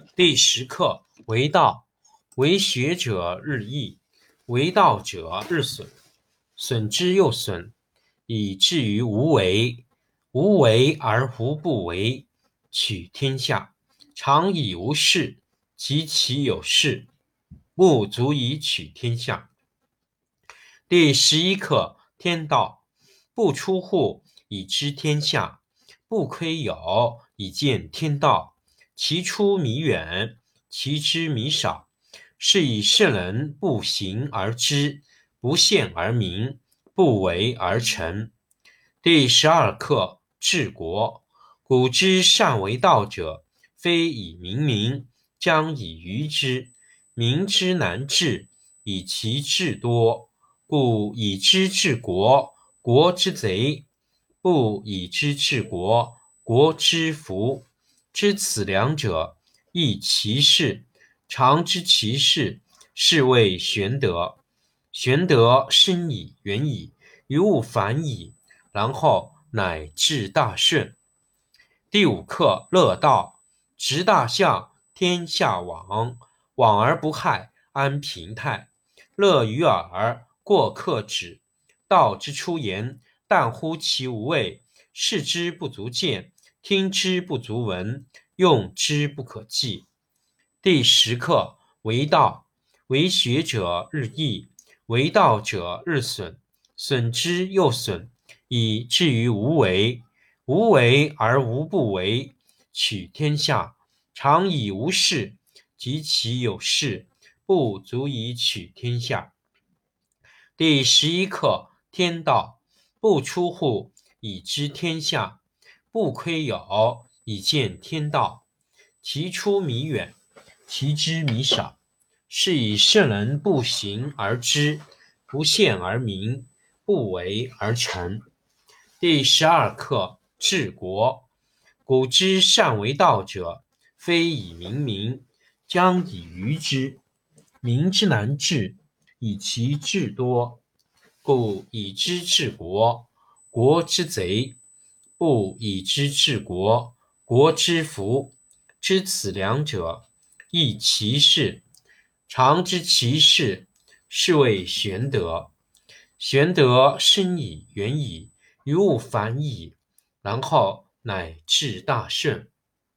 第10课为道，为学者日益，为道者日损，损之又损，以至于无为。无为而无不为，取天下常以无事，及其有事，不足以取天下。第11课天道，不出户，以知天下；不窥牖，以见天道。其出弥远，其知弥少，是以圣人不行而知，不见而明，不为而成。第12课治国，古之善为道者，非以明民，将以愚之。民之难治，以其智多，故以知治国，国之贼；不以知治国，国之福。知此两者，亦其事。常知其事，是谓玄德。玄德深矣，远矣，于物反矣，然后乃至大顺。第5课乐道，执大象，天下往，往而不害，安平泰。乐于耳，过客止。道之出言，淡乎其无味，视之不足见，听之不足闻，用之不可计。第10课为道，为学者日益，为道者日损，损之又损，以至于无为。无为而无不为，取天下常以无事，及其有事，不足以取天下。第11课天道，不出户，以知天下；不窥牖，以见天道。其出弥远，其知弥少，是以圣人不行而知，不见而明，不为而成。第12课治国，古之善为道者，非以明民，将以愚之。民之难治，以其智多，故以知治国，国之贼；不以知治国，国之福。知此两者，亦其事。常知其事，是谓玄德。玄德深矣，远矣，于物反矣，然后乃至大顺。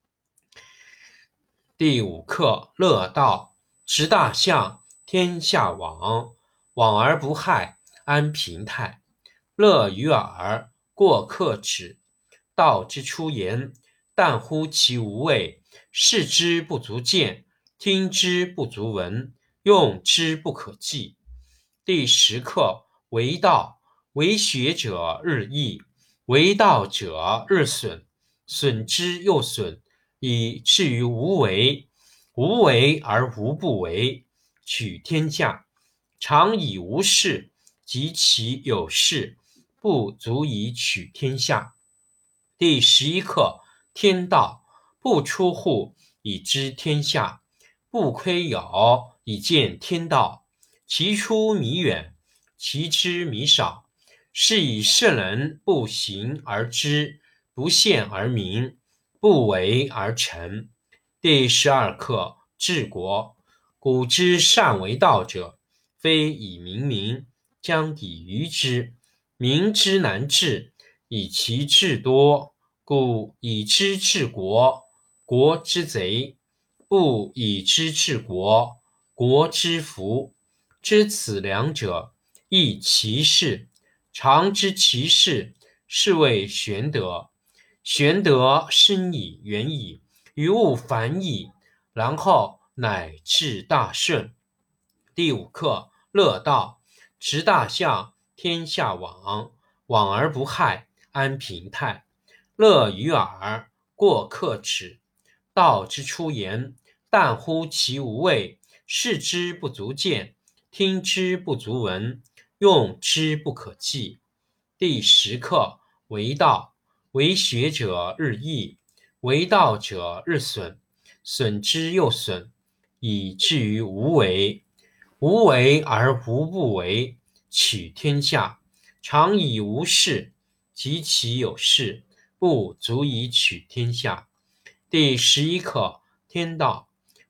第5课乐道，执大象，天下往，往而不害，安平泰。乐于耳，过客止。道之出言，淡乎其无味，视之不足见，听之不足闻，用之不可计。第10课为道，为学者日益，为道者日损，损之又损，以至于无为。无为而无不为，取天下常以无事，及其有事，不足以取天下。第11课天道，不出户，以知天下；不窥牖，以见天道。其出弥远，其知弥少，是以圣人不行而知，不见而明，不为而成。第12课治国，古之善为道者，非以明民，将以愚之。民之难治，以其智多，故以知治国，国之贼；不以知治国，国之福。知此两者，亦其事。常知其事，是谓玄德。玄德深矣，远矣，于物反矣，然后乃至大顺。第5课乐道，执大象，天下往，往而不害，安平泰。乐于耳，过客止。道之出言，淡乎其无味，视之不足见，听之不足闻，用之不可计。第10课为道，为学者日益，为道者日损，损之又损，以至于无为。无为而无不为，取天下常以无事，及其有事，不足以取天下。第11课天道，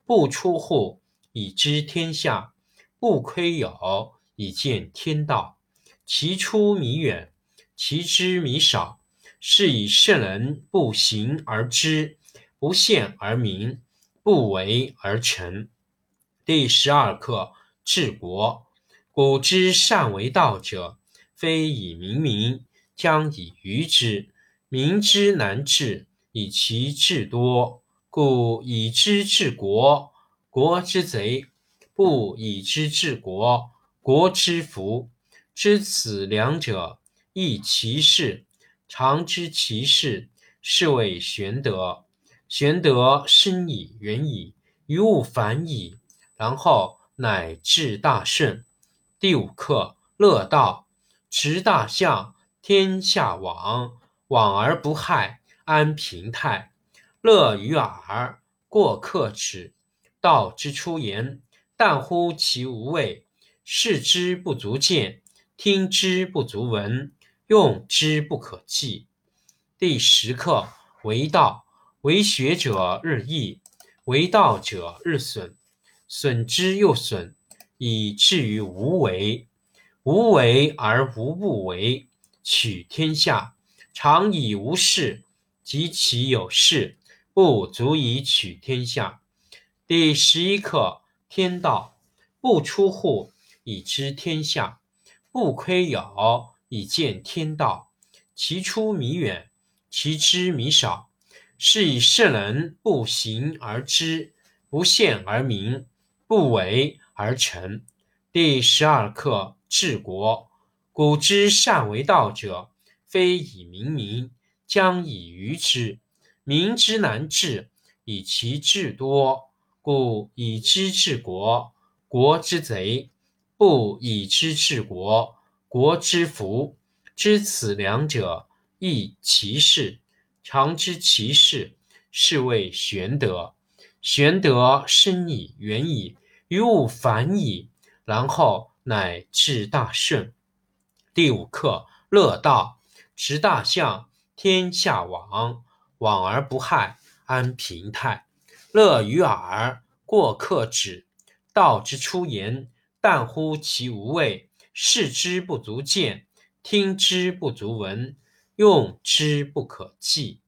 不出户，以知天下；不窥牖，以见天道。其出弥远，其知弥少。是以圣人不行而知，不见而明，不为而成。第12课治国。古之善为道者，非以明民，将以愚之。民之难治，以其智多。故以知治国，国之贼；不以知治国，国之福。知此两者，亦其事。常知其事，是谓玄德。玄德深矣，远矣，于物反矣，然后乃至大顺。第5课乐道。执大象，天下往，往而不害，安平泰。乐于耳，过客止。道之出言，淡乎其无味。视之不足见，听之不足闻，用之不可弃。第10课为道。为学者日益，为道者日损，损之又损，以至于无为。无为而无不为，取天下常以无事，及其有事，不足以取天下。第11课天道。不出户，以知天下；不窥牖，以见天道。其出弥远，其知弥少。是以圣人不行而知，不见而明，不为而成。第12课治国。古之善为道者，非以明民，将以愚之。民之难治，以其智多。故以知治国，国之贼；不以知治国，国之福。知此两者，亦其事。常知其事，是谓玄德。玄德深矣，远矣，于物反矣，然后乃至大顺。第5课乐道。执大象，天下往，往而不害，安平泰。乐于耳，过客止。道之出言，淡乎其无味。视之不足见，听之不足闻，用之不可弃。